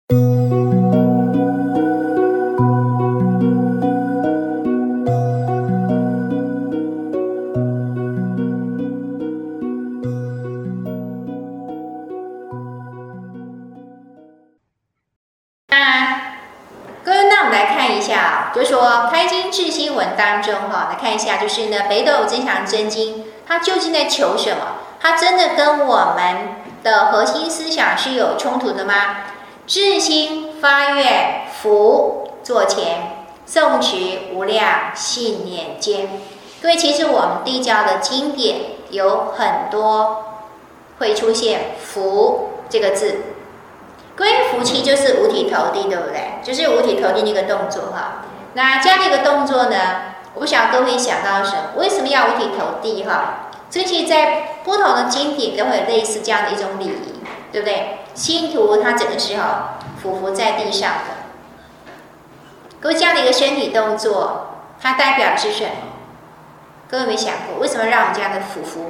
就是说开经智心文当中来看一下，就是呢北斗增强真经，它究竟在求什么？它真的跟我们的核心思想是有冲突的吗？智心发愿，福座前，诵持无量信念间。各位，其实我们地教的经典有很多会出现福这个字。各位，福气就是五体投地，对不对？就是五体投地那个动作哈。那这样的一个动作呢，我不晓得各位想到什么？为什么要五体投地哈？这其实在不同的经典都会有类似这样的一种礼仪，对不对？信徒他整个是匍匐在地上的。各位，这样的一个身体动作，它代表的是什么？各位有没有想过，为什么让我们这样的匍匐？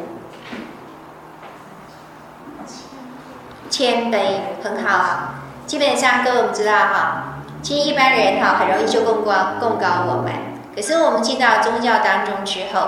谦卑，很好啊。基本上各位我们知道其实一般人很容易就贡高我们，可是我们进到宗教当中之后，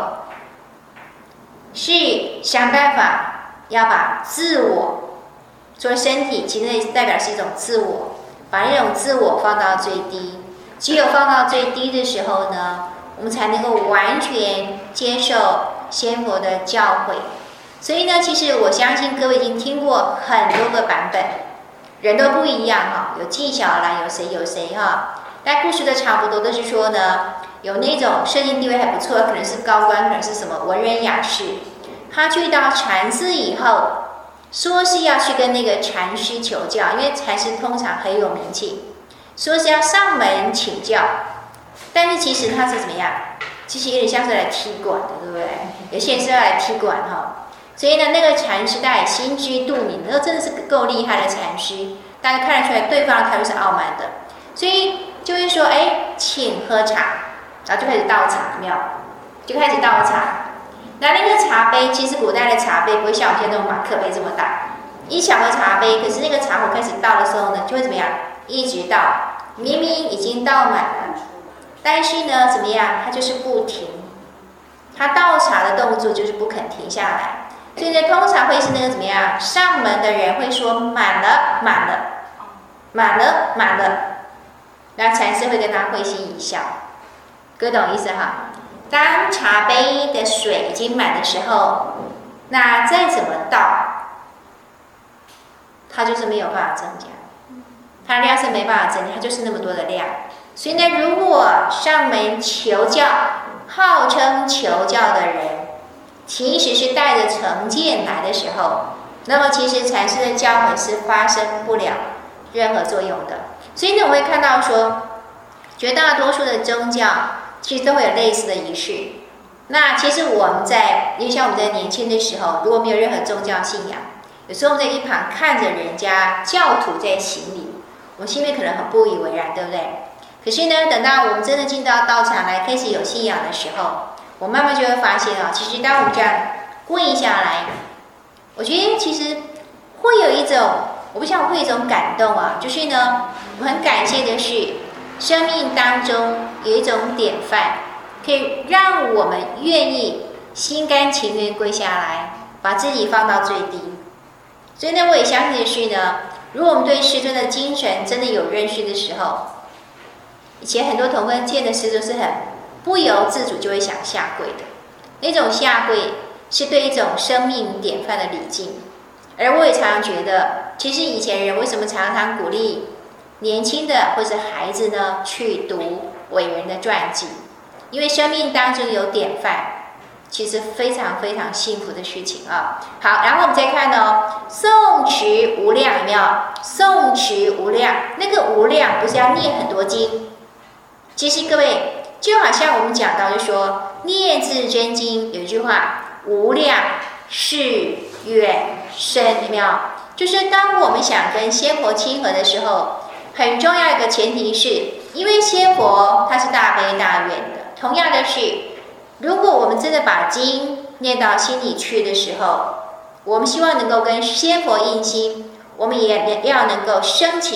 是想办法要把自我，做身体，其实代表是一种自我，把那种自我放到最低。只有放到最低的时候呢，我们才能够完全接受仙佛的教诲。所以呢，其实我相信各位已经听过很多个版本，人都不一样有纪晓岚，有谁但故事都差不多，都是说呢，有那种社经地位还不错，可能是高官，可能是什么文人雅士，他去到禅寺以后，说是要去跟那个禅师求教，因为禅师通常很有名气，说是要上门请教，但是其实他是怎么样？其实有点像是来踢馆的，对不对？有些人是要来踢馆所以呢，那个禅师大家也心知肚明，那真的是够厉害的禅师，大家看得出来对方的态度是傲慢的，所以就会说，请喝茶，然后就开始倒茶，有没有？就开始倒茶。那个茶杯，其实古代的茶杯不会像我们现在那种马克杯这么大，一小个茶杯，可是那个茶壶开始倒的时候呢，就会怎么样？一直倒，明明已经倒满了，但是呢，怎么样？它就是不停，它倒茶的动作就是不肯停下来。所以呢，通常会是那个怎么样？上门的人会说满了，满了，满了，满了。那禅师会跟他会心一笑，各位懂意思当茶杯的水已经满的时候，那再怎么倒，它就是没有办法增加，它的量是没办法增加，它就是那么多的量。所以呢，如果上门求教，号称求教的人，其实是带着成见来的时候，那么其实禅师的教诲是发生不了任何作用的。所以呢，我会看到说，绝大多数的宗教其实都会有类似的仪式。那其实我们因为像我们在年轻的时候，如果没有任何宗教信仰，有时候我们在一旁看着人家教徒在行礼，我们心里面可能很不以为然，对不对？可是呢，等到我们真的进到道场来开始有信仰的时候，我慢慢就会发现其实当我们这样跪下来，我觉得其实会有一种，我不想会有一种感动就是呢，我很感谢的是，生命当中有一种典范，可以让我们愿意心甘情愿跪下来，把自己放到最低。所以呢，我也相信的是呢，如果我们对师尊的精神真的有认识的时候，以前很多同分见的师尊是很不由自主就会想下跪的，那种下跪是对一种生命典范的礼敬。而我也常常觉得，其实以前人为什么常常鼓励年轻的或是孩子呢去读伟人的传记？因为生命当中有典范，其实非常非常幸福的事情好，然后我们再看诵持无量，有没有？诵持无量，那个无量不是要念很多经，其实各位就好像我们讲到，就说念字真经有一句话，无量是远深，有没有？就是当我们想跟仙佛亲和的时候，很重要一个前提是，因为仙佛他是大悲大愿的。同样的是，如果我们真的把经念到心里去的时候，我们希望能够跟仙佛印心，我们也要能够升起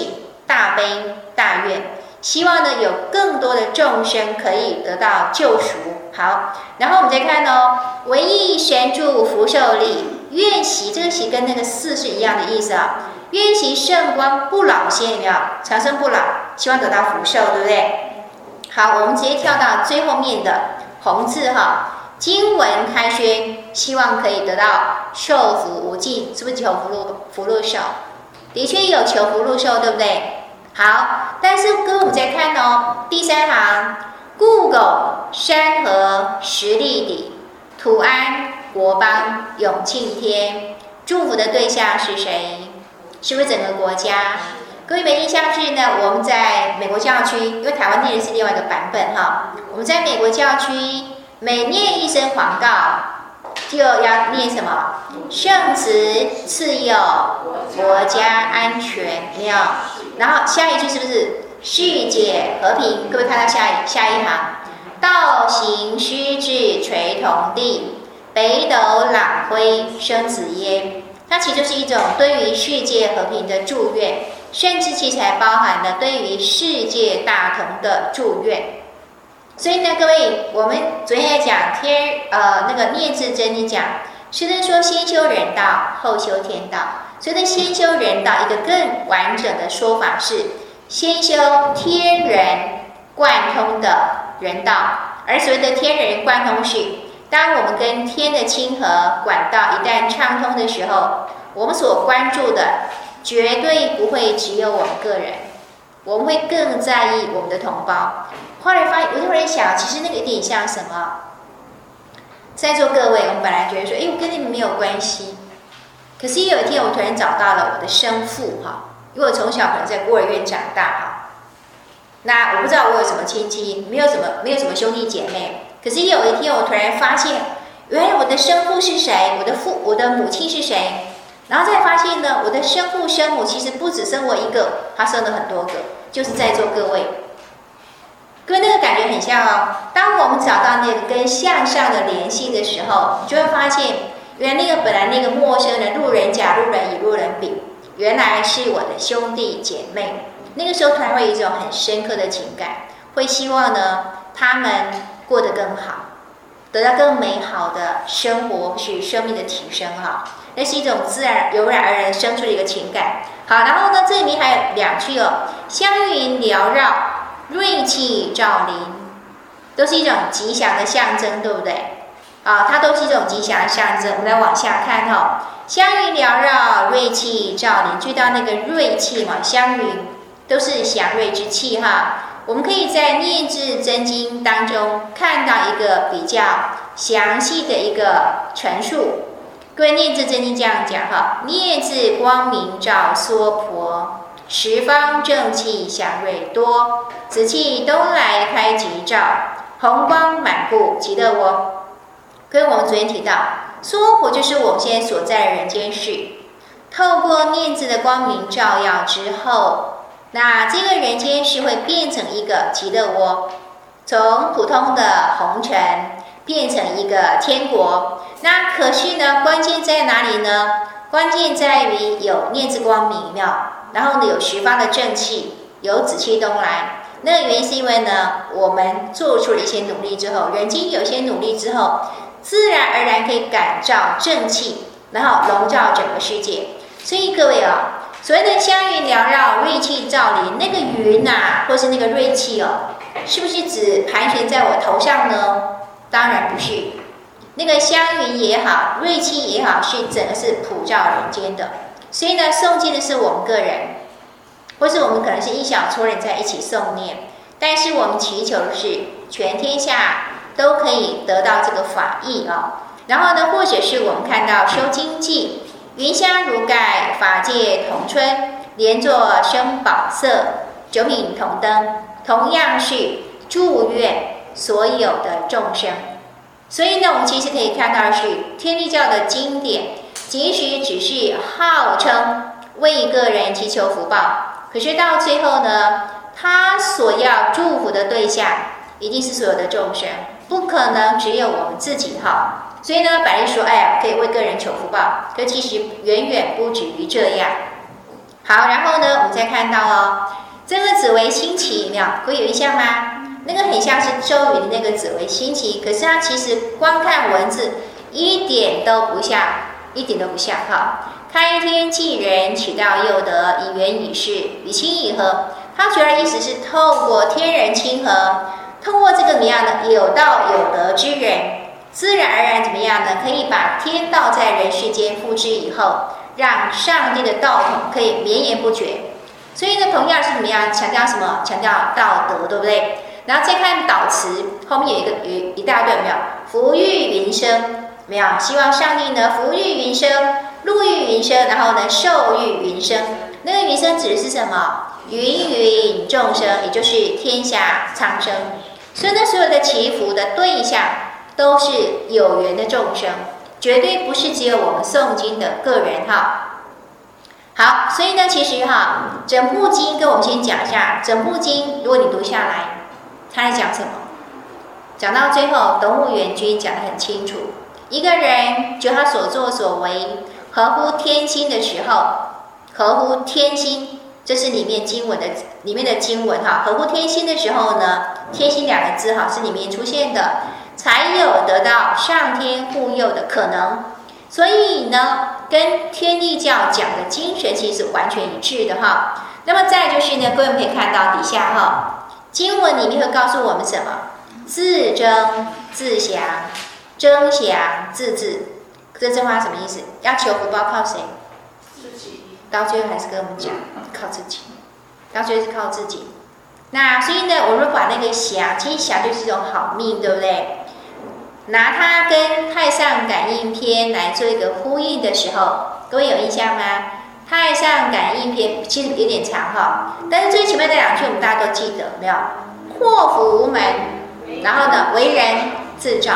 大悲大愿，希望呢有更多的众生可以得到救赎。好，然后我们再看哦，唯意神助福寿力，愿习，这个习跟那个四是一样的意思啊。愿习圣光不老仙，有没有？长生不老，希望得到福寿，对不对？好，我们直接跳到最后面的红字哈。经文开宣，希望可以得到寿福无尽，是不是求福禄寿？的确有求福禄寿，对不对？好，但是各位我们再看哦，第3行，故狗山河实力底，土安国邦永庆天，祝福的对象是谁？是不是整个国家？各位没印象是呢？我们在美国教区，因为台湾念的是另外一个版本哈，我们在美国教区每念一声祷告，就要念什么？圣慈赐佑国家安全，没有？然后下一句是不是世界和平？各位看到下一行，道行施治垂同地，北斗朗辉生紫烟。它其实就是一种对于世界和平的祝愿，甚至其实还包含了对于世界大同的祝愿。所以呢，各位，我们昨天在讲那个念字真经讲，师尊说先修人道，后修天道。所以呢，先修人道，一个更完整的说法是先修天人贯通的人道。而所谓的天人贯通是，当我们跟天的亲和管道一旦畅通的时候，我们所关注的绝对不会只有我们个人，我们会更在意我们的同胞。后来发现，有的人想，其实那个有点像什么？在座各位，我们本来觉得说，我跟你们没有关系。可是有一天，我突然找到了我的生父哈，因为我从小可能在孤儿院长大哈。那我不知道我有什么亲戚，没有什么兄弟姐妹。可是有一天，我突然发现，原来我的生父是谁？我的母亲是谁？然后再发现呢，我的生父生母其实不只生我一个，他生了很多个，就是在座各位。各位那个感觉很像哦。当我们找到那个跟向上的联系的时候，你就会发现，原来本来那个陌生人、路人甲、路人乙、路人丙，原来是我的兄弟姐妹。那个时候突然会有一种很深刻的情感，会希望呢他们过得更好，得到更美好的生活，是生命的提升哈。那是一种自然油然而然生出的一个情感。好，然后呢，这里面还有2句哦，香云缭绕，瑞气照临，都是一种吉祥的象征，对不对？啊，它都是一种吉祥的象征。我们来往下看哈，香云缭绕，瑞气照临，注意到那个瑞气嘛，香云都是祥瑞之气哈。我们可以在念字真经当中看到一个比较详细的一个陈述。各位，念字真经这样讲哈：念字光明照娑婆，十方正气祥瑞多，紫气东来开吉兆，红光满布极乐窝。各位，我们昨天提到，娑婆就是我们现在所在的人间世。透过念字的光明照耀之后，那这个人间世会变成一个极乐窝，从普通的红尘变成一个天国。那可是呢，关键在哪里呢？关键在于有念字光明，有没有？然后呢，有十方的正气，有紫气东来。那个原因是因为呢，我们做出了一些努力之后，人间有些努力之后，自然而然可以感召正气，然后笼罩整个世界。所以各位啊，所谓的香云缭绕，瑞气照临，那个云啊，或是那个瑞气哦，是不是只盘旋在我头上呢？当然不是。那个香云也好，瑞气也好，是整个是普照人间的。所以呢，诵经的是我们个人，或是我们可能是一小撮人在一起诵念，但是我们祈求的是全天下都可以得到这个法益啊。然后呢，或者是我们看到修经记，云香如盖，法界同春，莲座生宝色，九品同灯，同样是祝愿所有的众生。所以呢，我们其实可以看到的是天地教的经典，即使只是号称为个人祈求福报，可是到最后呢，他所要祝福的对象一定是所有的众生，不可能只有我们自己哈。所以呢，百人说，可以为个人求福报，可其实远远不止于这样。 好，然后呢，我们再看到哦，这个紫微星旗有没有？各位有印象吗？那个很像是咒语的那个紫微星旗，可是它其实光看文字一点都不像，一点都不像哈。开天济人，取道佑德，以缘以事，以亲以和。它主要意思是透过天人亲和，透过这个怎么样呢？有道有德之人，自然而然怎么样呢？可以把天道在人世间复制以后，让上帝的道统可以绵延不绝。所以呢，同样是怎么样强调什么？强调道德，对不对？然后再看导词，后面有一大段，有没有？福育云生，没有？希望上帝呢，福育云生，禄育云生，然后呢，寿育云生。那个云生指的是什么？芸芸众生，也就是天下苍生。所以呢，所有的祈福的对象都是有缘的众生，绝对不是只有我们诵经的个人哈。好，所以呢，其实哈，整部经跟我们先讲一下，整部经如果你读下来，它在讲什么？讲到最后，董武元君讲得很清楚，一个人就他所作所为合乎天心的时候，合乎天心，这是里面的经文哈。合乎天心的时候呢，天心两个字哈是里面出现的，才有得到上天护佑的可能。所以呢，跟天地教讲的精神其实完全一致的哈。那么再就是呢，各位可以看到底下哈，经文里面会告诉我们什么？自争自降，争降自治。这句话什么意思？要求福报靠谁？ 自己。 到最后还是跟我们讲，靠自己。到最后是靠自己。那所以呢，我们把那个降，其实降就是一种好命，对不对？拿它跟《太上感应篇》来做一个呼应的时候，各位有印象吗？《太上感应篇》其实有点长哈，但是最前面那两句我们大家都记得，没有？祸福无门，然后呢，为人自照。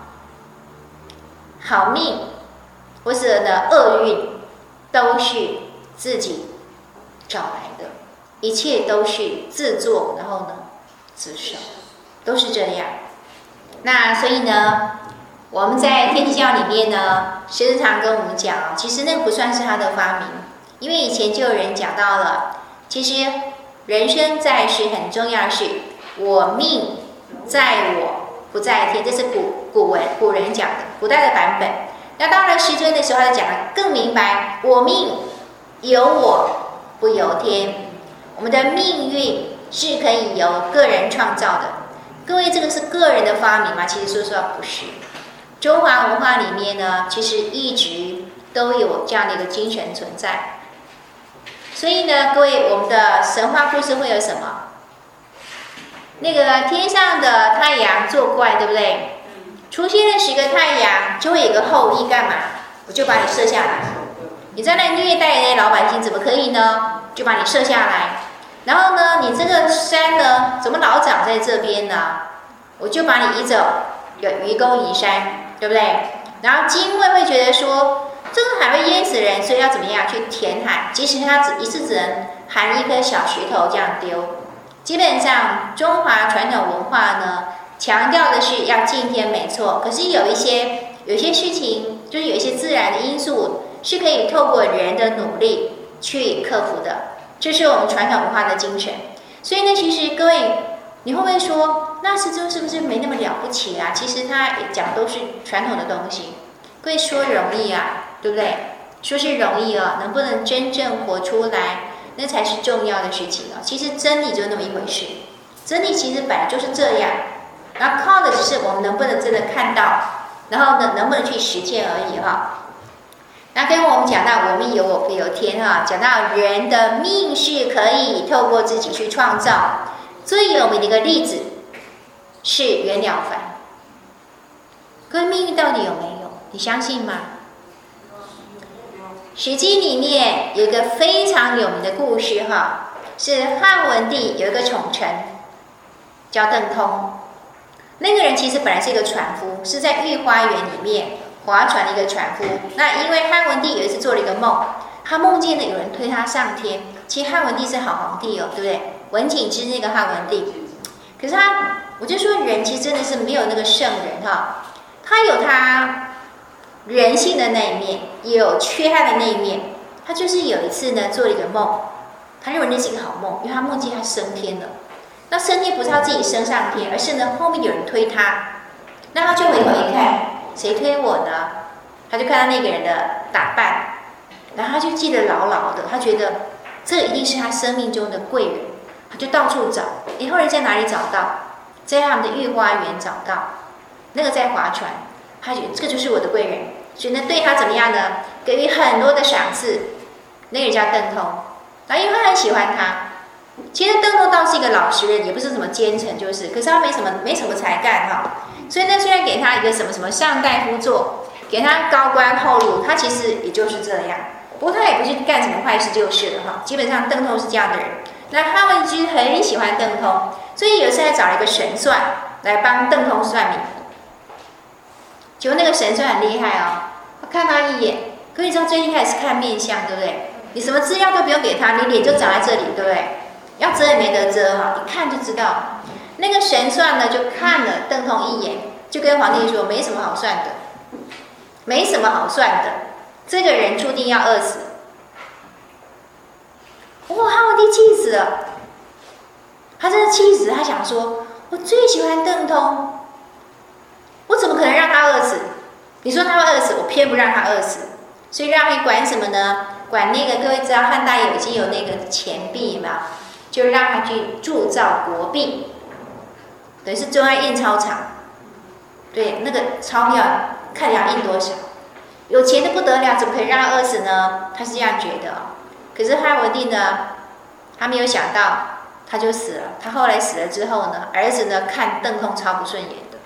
好命或者呢厄运，都是自己找来的，一切都是自作，然后呢自受，都是这样。那所以呢，我们在天地教里面呢，时常跟我们讲，其实那不算是他的发明，因为以前就有人讲到了，其实人生在世很重要的是，我命在我不在天，这是古人讲的，古代的版本。那到了师尊的时候，他讲的更明白，我命由我不由天，我们的命运是可以由个人创造的。各位，这个是个人的发明吗？其实说实话不是。中华文化里面呢，其实一直都有这样的一个精神存在。所以呢，各位，我们的神话故事会有什么？那个天上的太阳作怪，对不对？出现了10个太阳，就会有个后羿干嘛？我就把你射下来。你在那虐待那老百姓，怎么可以呢？就把你射下来。然后呢，你这个山呢，怎么老长在这边呢？我就把你移走，有愚公移山，对不对？然后精卫会觉得说，这个海会淹死人，所以要怎么样去填海？即使他一次只能含一颗小石头这样丢。基本上中华传统文化呢，强调的是要敬天，没错。可是有一些事情，就是有一些自然的因素，是可以透过人的努力去克服的。这是我们传统文化的精神。所以呢，其实各位，你会不会说，那师尊是不是没那么了不起啊？其实他讲都是传统的东西。各位说容易啊，对不对？说是容易啊，能不能真正活出来，那才是重要的事情啊。其实真理就那么一回事，真理其实本来就是这样，然后靠的只是我们能不能真的看到，然后呢，能不能去实践而已哈。那跟我们讲到我命由我不由天哈，讲到人的命是可以透过自己去创造。最有名的一个例子是袁了凡。各位，命运到底有没有？你相信吗？史记里面有一个非常有名的故事哈，是汉文帝有一个宠臣叫邓通。那个人其实本来是一个船夫，是在御花园里面划船的一个船夫。那因为汉文帝有一次做了一个梦，他梦见了有人推他上天。其实汉文帝是好皇帝哦，对不对？文景之那个汉文帝，可是我就说人其实真的是没有那个圣人哈，他有他人性的那一面，也有缺憾的那一面。 他就是有一次呢做了一个梦，他认为那是一个好梦，因为他梦见他升天了。那升天不是他自己升上天，而是呢后面有人推他。那他就回头一看，谁推我呢？他就看到那个人的打扮，然后他就记得牢牢的，他觉得这一定是他生命中的贵人，他就到处找。后来在哪里找到？在他们的御花园找到，那个在划船，他觉得这个就是我的贵人，所以呢对他怎么样呢？给予很多的赏赐。那个人叫邓通，然后因为他很喜欢他。其实邓通倒是一个老实人，也不是什么奸臣，就是，可是他没什么才干哈。所以呢，虽然给他一个什么上大夫做，给他高官厚禄，他其实也就是这样。不过他也不去干什么坏事就是了哈。基本上邓通是这样的人。那汉文帝很喜欢邓通，所以有一次还找了一个神算来帮邓通算命。结果那个神算很厉害哦，他看他一眼，可你知道最厉害是看面相，对不对？你什么资料都不用给他，你脸就长在这里，对不对？要遮也没得遮哈，一看就知道。那个神算呢，就看了邓通一眼，就跟皇帝说：“没什么好算的，没什么好算的，这个人注定要饿死。”哇，皇帝气死了，他真的气死，他想说：“我最喜欢邓通，我怎么可能让他饿死？你说他会饿死，我偏不让他饿死。所以让他管什么呢？管那个，各位知道汉代已经有那个钱币嘛，就让他去铸造国币。”等于是中央印钞厂，对，那个钞票看你要印多少，有钱的不得了，怎么可以让他饿死呢？他是这样觉得。可是汉文帝呢，他没有想到，他就死了。他后来死了之后呢，儿子呢看邓通超不顺眼的，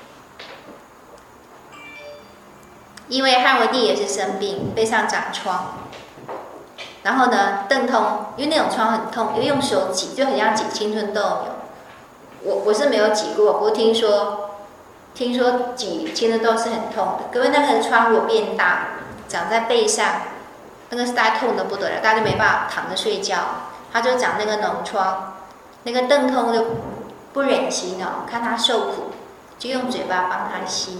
因为汉文帝也是生病，背上长疮，然后呢，邓通因为那种疮很痛，又用手挤，就很像挤青春痘有。我是没有挤过，不过听说挤青春痘是很痛的。各位，那个疮如果变大，长在背上，那个是大家痛得不得了，大家就没办法躺着睡觉，他就长那个脓疮。那个邓通就不忍心哦，看他受苦，就用嘴巴帮他吸，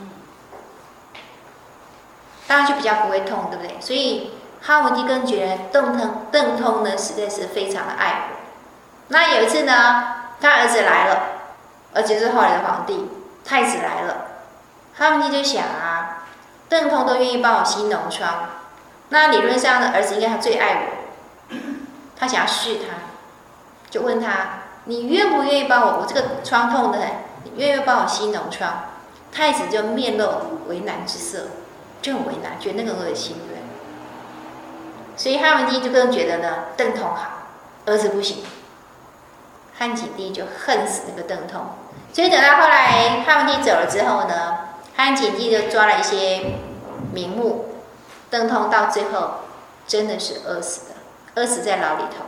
当然就比较不会痛，对不对？所以汉文帝更觉得邓通呢实在是非常的爱我。那有一次呢，他儿子来了，儿子是后来的皇帝，太子来了。汉文帝就想啊，邓通都愿意帮我吸脓疮，那理论上呢，儿子应该他最爱我，他想要试他，就问他：你愿不愿意帮我这个疮痛的，你愿意帮我吸脓疮？太子就面露为难之色，就很为难，觉得那个恶心，对不对？所以汉文帝就更觉得呢，邓通好，儿子不行。汉景帝就恨死那个邓通，所以等到后来汉文帝走了之后呢，汉景帝就抓了一些名目，邓通到最后真的是饿死的，饿死在牢里头。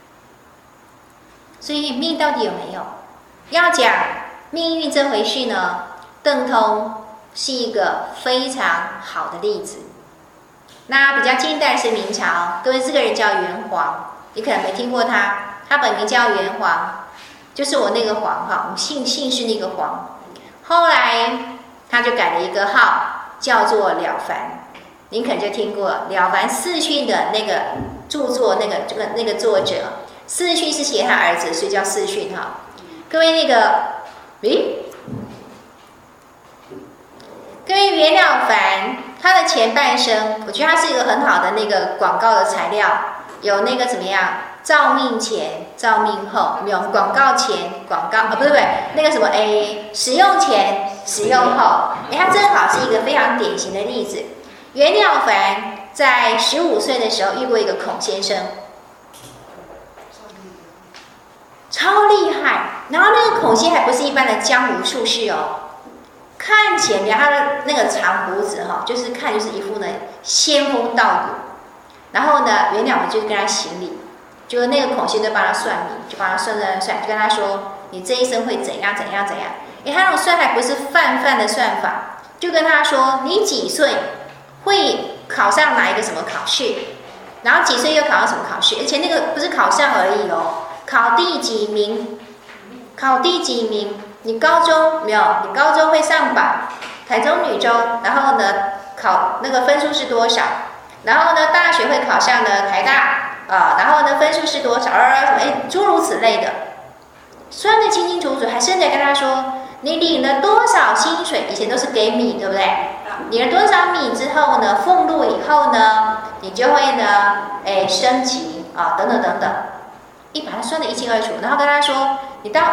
所以命到底有没有？要讲命运这回事呢，邓通是一个非常好的例子。那比较近代是明朝，各位这个人叫袁黄，你可能没听过他，他本名叫袁黄，就是我那个黄哈，我们姓是那个黄。后来他就改了一个号，叫做了凡。您可能就听过了凡四训的那个著作，那个作者，四训是写他儿子，所以叫四训哈。各位各位袁了凡，他的前半生，我觉得他是一个很好的那个广告的材料，有那个怎么样？造命前、造命后，没有广告前、广告不是那个什么使用前、使用后，他正好是一个非常典型的例子。袁了凡在15岁的时候遇过一个孔先生，超厉害。然后那个孔先还不是一般的江湖术士哦，看起来他的那个长胡子哈，就是看就是一副呢仙风道骨。然后呢，袁了凡就跟他行礼。就那个孔先就帮他算命，就帮他算，就跟他说：“你这一生会怎样怎样怎样。”他那种算还不是泛的算法，就跟他说：“你几岁会考上哪一个什么考试？然后几岁又考上什么考试？而且那个不是考上而已哦，考第几名？考第几名？你高中没有？你高中会上榜，台中女中，然后呢考那个分数是多少？ 然后呢，大学会考上呢台大啊，然后呢分数是多少什么诸如此类的，算得清清楚楚，还甚至跟他说你领了多少薪水，以前都是给米，对不对？领了多少米之后呢，俸禄以后呢，你就会呢，升级啊，等等等等，把它算得一清二楚。然后跟他说，你到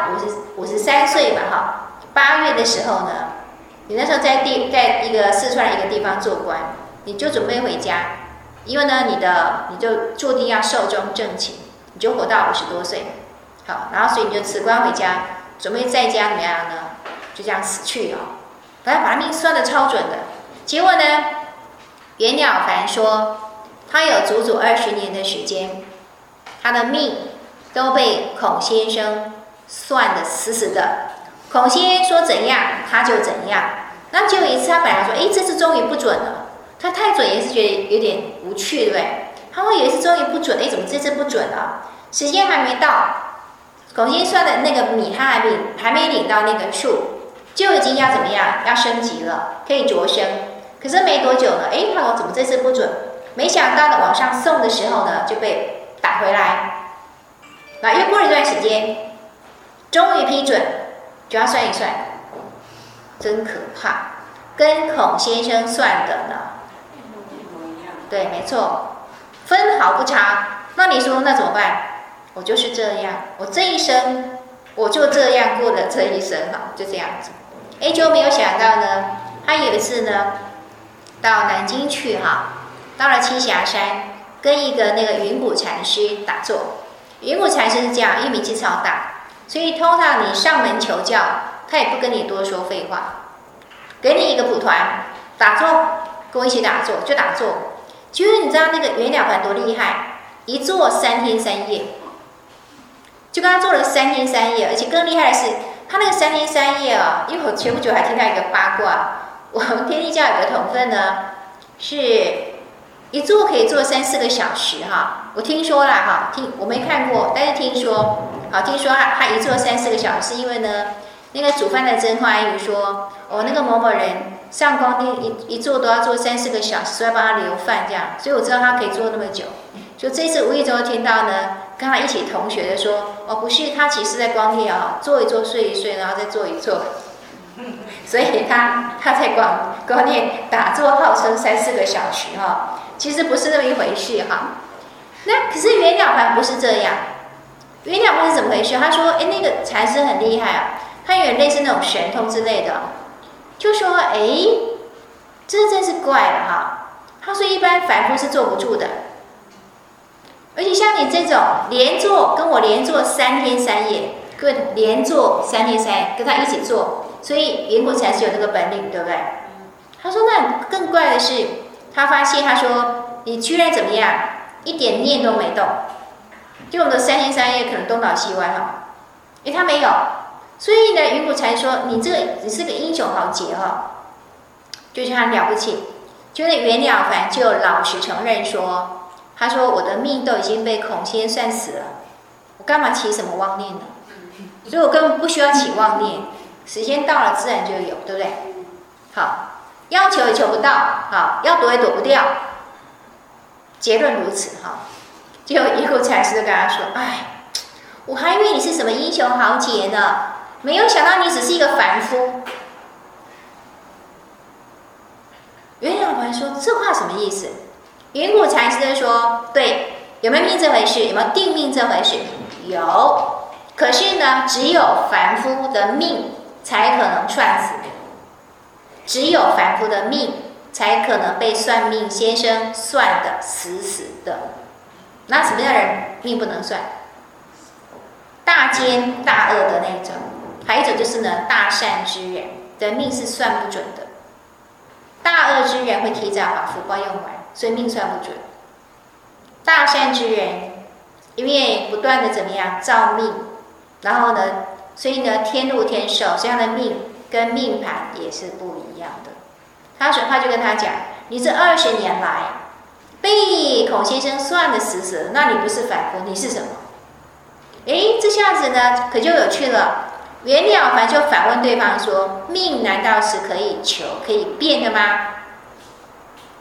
53岁吧，哈，8月的时候呢，你那时候在一个四川的一个地方做官，你就准备回家，因为呢，你就注定要寿终正寝，你就活到50多岁，好，然后所以你就辞官回家，准备在家怎么样呢？就这样死去了。反正把他命算得超准的。结果呢，袁了凡说，他有足足20年的时间，他的命都被孔先生算得死死的。孔先生说怎样，他就怎样。那就有一次，他本来说，这次终于不准了。他太准也是觉得有点无趣，对不对？他会有一次终于不准，怎么这次不准了？时间还没到，孔先生算的那个米他还没领到那个数，就已经要怎么样？要升级了，可以擢升。可是没多久呢，他说怎么这次不准？没想到呢，往上送的时候呢，就被打回来。那又过了一段时间，终于批准，就要算一算，真可怕，跟孔先生算的呢，对，没错，分毫不差。那你说那怎么办？我就是这样，我这一生我就这样过了这一生，哈，就这样子。就没有想到呢，他有一次呢，到南京去哈，到了栖霞山，跟一个那个云谷禅师打坐。云谷禅师是这样，因为名气超大，所以通常你上门求教，他也不跟你多说废话，给你一个蒲团，打坐，跟我一起打坐，就打坐。结果你知道那个袁了凡多厉害，一坐3天3夜，就跟他坐了3天3夜，而且更厉害的是，他那个3天3夜啊，因为我前不久还听到一个八卦，我们天地教有个同分呢，是一坐可以坐3、4个小时哈，我听说啦哈，我没看过，但是听说他一坐3、4个小时，是因为呢，那个煮饭的甄嬛阿姨说，那个某某人上光殿一坐都要坐3、4个小时，所以要帮他留饭这样，所以我知道他可以坐那么久。就这次无意中听到呢，跟他一起同学的说，不是，他其实在光殿坐一坐睡一睡，然后再坐一坐，所以他在光殿打坐号称3、4个小时哈，其实不是那么一回事哈。那可是袁了凡不是这样，袁了凡是怎么回事？他说，那个禅师很厉害啊，他有点类似那种神通之类的，就说，这真是怪了哈。他说一般凡夫是坐不住的。而且像你这种跟我连坐3天3夜，连坐3天3夜，跟他一起坐，所以云谷禅师有那个本领，对不对？他说那更怪的是，他发现他说你居然怎么样，一点念都没动，就我们的3天3夜可能东倒西歪哈，他没有，所以呢，云谷禅说你是个英雄豪杰哈，就是他了不起，就那袁了凡就老实承认说。他说：“我的命都已经被孔先生算死了，我干嘛起什么妄念呢？所以我根本不需要起妄念，时间到了自然就有，对不对？好，要求也求不到，好，要躲也躲不掉。结论如此，哈。结果云谷禅师就跟他说：‘我还以为你是什么英雄豪杰呢，没有想到你只是一个凡夫。’袁了凡说：‘这话什么意思？’云谷禅师就说：“对，有没有命这回事？有没有定命这回事？有。可是呢，只有凡夫的命才可能算死，只有凡夫的命才可能被算命先生算得死死的。那什么样的人命不能算？大奸大恶的那种，还有一种就是呢，大善之人的命是算不准的。大恶之人会提早把福报用完。”所以命算不准，大善之人，因为不断的怎么样造命，然后呢，所以呢天禄天寿，所以他的命跟命盘也是不一样的。他就跟他讲，你这20年来被孔先生算得死死的，那你不是凡夫，你是什么？这下子呢可就有趣了。袁了凡就反问对方说：命难道是可以求可以变的吗？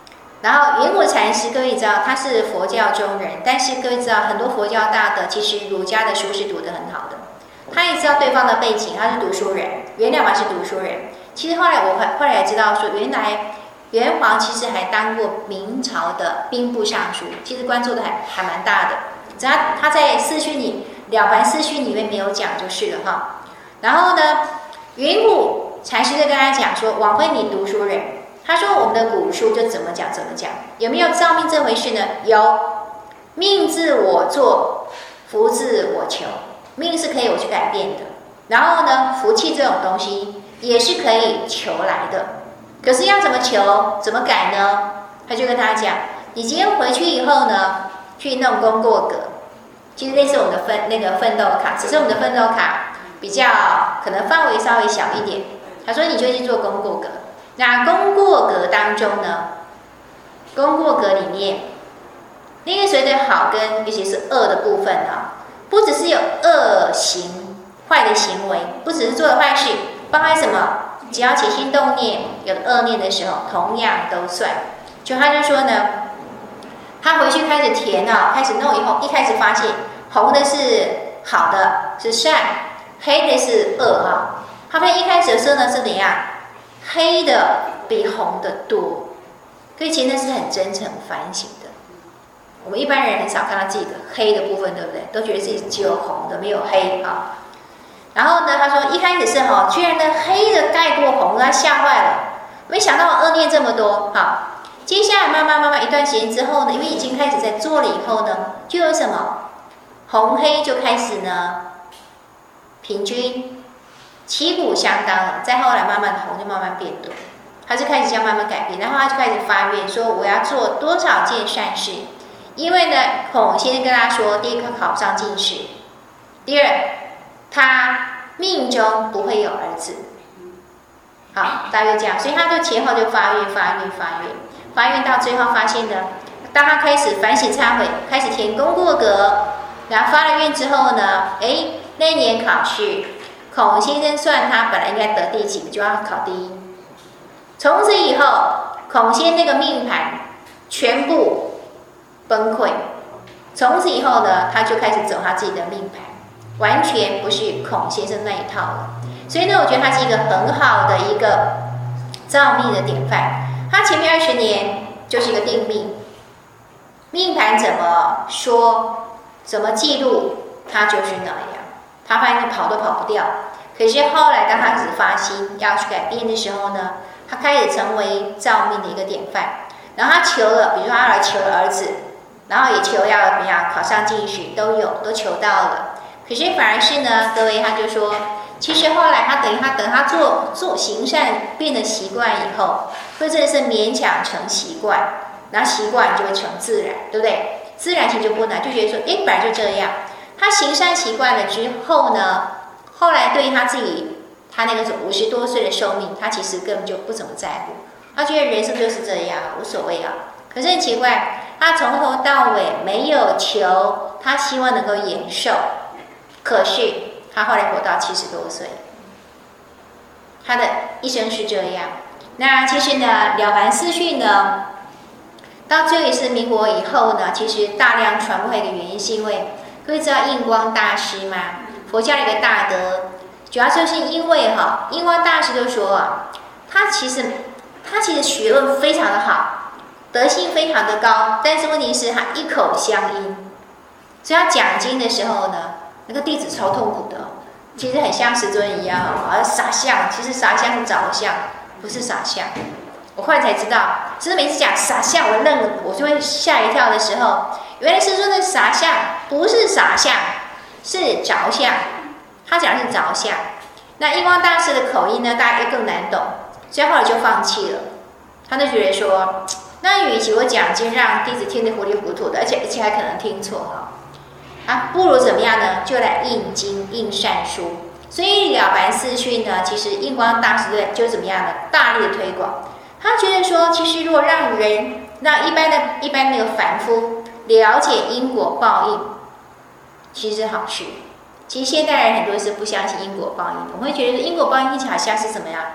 然后圆谷禅师，各位知道他是佛教中人，但是各位知道很多佛教大德其实儒家的书是读得很好的，他也知道对方的背景，他是读书人，袁了凡是读书人。其实后来也知道说，原来元皇其实还当过明朝的兵部尚书，其实官做的还蛮大的。只要他在四训里了凡四训里面没有讲就是了哈。然后呢，云谷禅师就跟他讲说：“枉费你读书人。”他说：“我们的古书就怎么讲怎么讲，有没有造命这回事呢？有，命自我做，福自我求。命是可以我去改变的，然后呢，福气这种东西也是可以求来的。可是要怎么求，怎么改呢？他就跟他讲：你今天回去以后呢，去弄功过格，其实类似我们的奋斗卡，只是我们的奋斗卡比较可能范围稍微小一点。他说你就去做功过格。那功过格当中呢，功过格里面，因为随着好跟尤其是恶的部分啊，不只是有恶行坏的行为，不只是做了坏事，包含什么？只要起心动念有恶念的时候，同样都算。就他就说呢，他回去开始填啊，开始弄以后，一开始发现红的是好的，是善；黑的是恶啊。他发现一开始的时候呢是怎样？黑的比红的多，所以其实那是很真诚反省的。我们一般人很少看到自己的黑的部分，对不对？都觉得自己只有红的，没有黑啊。然后呢，他说一开始是居然呢黑的盖过红的，他吓坏了，没想到恶念这么多。好，接下来慢慢一段时间之后呢，因为已经开始在做了以后呢，就有什么红黑就开始呢平均。旗鼓相当了，再后来慢慢红就慢慢变多，他就开始这样慢慢改变，然后他就开始发愿说我要做多少件善事，因为呢，孔先生跟他说，第一个考上进士，第二他命中不会有儿子，好，大约这样，所以他就前后就发愿到最后发现呢，当他开始反省忏悔，开始填功过格，然后发了愿之后呢，那一年考试。孔先生算他本来应该得第几，就要考第一。从此以后，孔先那个命盘全部崩溃。从此以后呢，他就开始走他自己的命盘，完全不是孔先生那一套了。所以呢，我觉得他是一个很好的一个造命的典范。他前面20年就是一个定命，命盘怎么说，怎么记录，他就是那样。他发现跑都跑不掉，可是后来当他开始发心要去改变的时候呢，他开始成为造命的一个典范。然后他求了，比如说他求了儿子，然后也求要怎么样考上进士，都求到了。可是反而是呢，各位他就说，其实后来他等他做行善变得习惯以后，会真的是勉强成习惯，然后习惯就会成自然，对不对？自然其实就不难，就觉得说，本来就这样。他行善习惯了之后呢，后来对于他自己，他那个50多岁的寿命，他其实根本就不怎么在乎，他觉得人生就是这样，无所谓啊。可是很奇怪，他从头到尾没有求他希望能够延寿，可是他后来活到70多岁，他的一生是这样。那其实呢，了凡四训呢，到最后也是民国以后呢，其实大量传播的一个原因是因为。各位知道印光大师吗？佛教的一个大德，主要就是因为印光大师就说他其实学问非常的好，德性非常的高，但是问题是他一口相因，所以他讲经的时候呢，那个弟子超痛苦的，其实很像师尊一样傻相，其实傻相是着相，不是傻相。我后来才知道，只是每次讲傻相，我就会吓一跳的时候，原来师尊的傻相不是傻相，是着相。他讲的是着相。那印光大师的口音呢，大家更难懂，所以后来就放弃了。他就觉得说，那与其我讲经让弟子听得糊里糊涂的，而且还可能听错不如怎么样呢？就来印经印善书。所以了凡四训呢，其实印光大师就怎么样呢？大力的推广。他觉得说，其实如果让一般那个凡夫了解因果报应，其实是好事。其实现代人很多是不相信因果报应，我会觉得因果报应听起来好像是什么呀？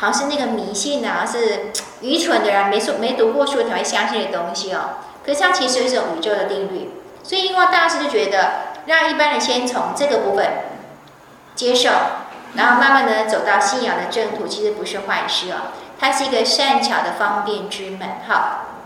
好像是那个迷信啊，是愚蠢的人没读过书才会相信的东西哦。可是它其实是一种宇宙的定律，所以印光大师就觉得，让一般人先从这个部分接受，然后慢慢的走到信仰的正途，其实不是坏事哦，它是一个善巧的方便之门。好，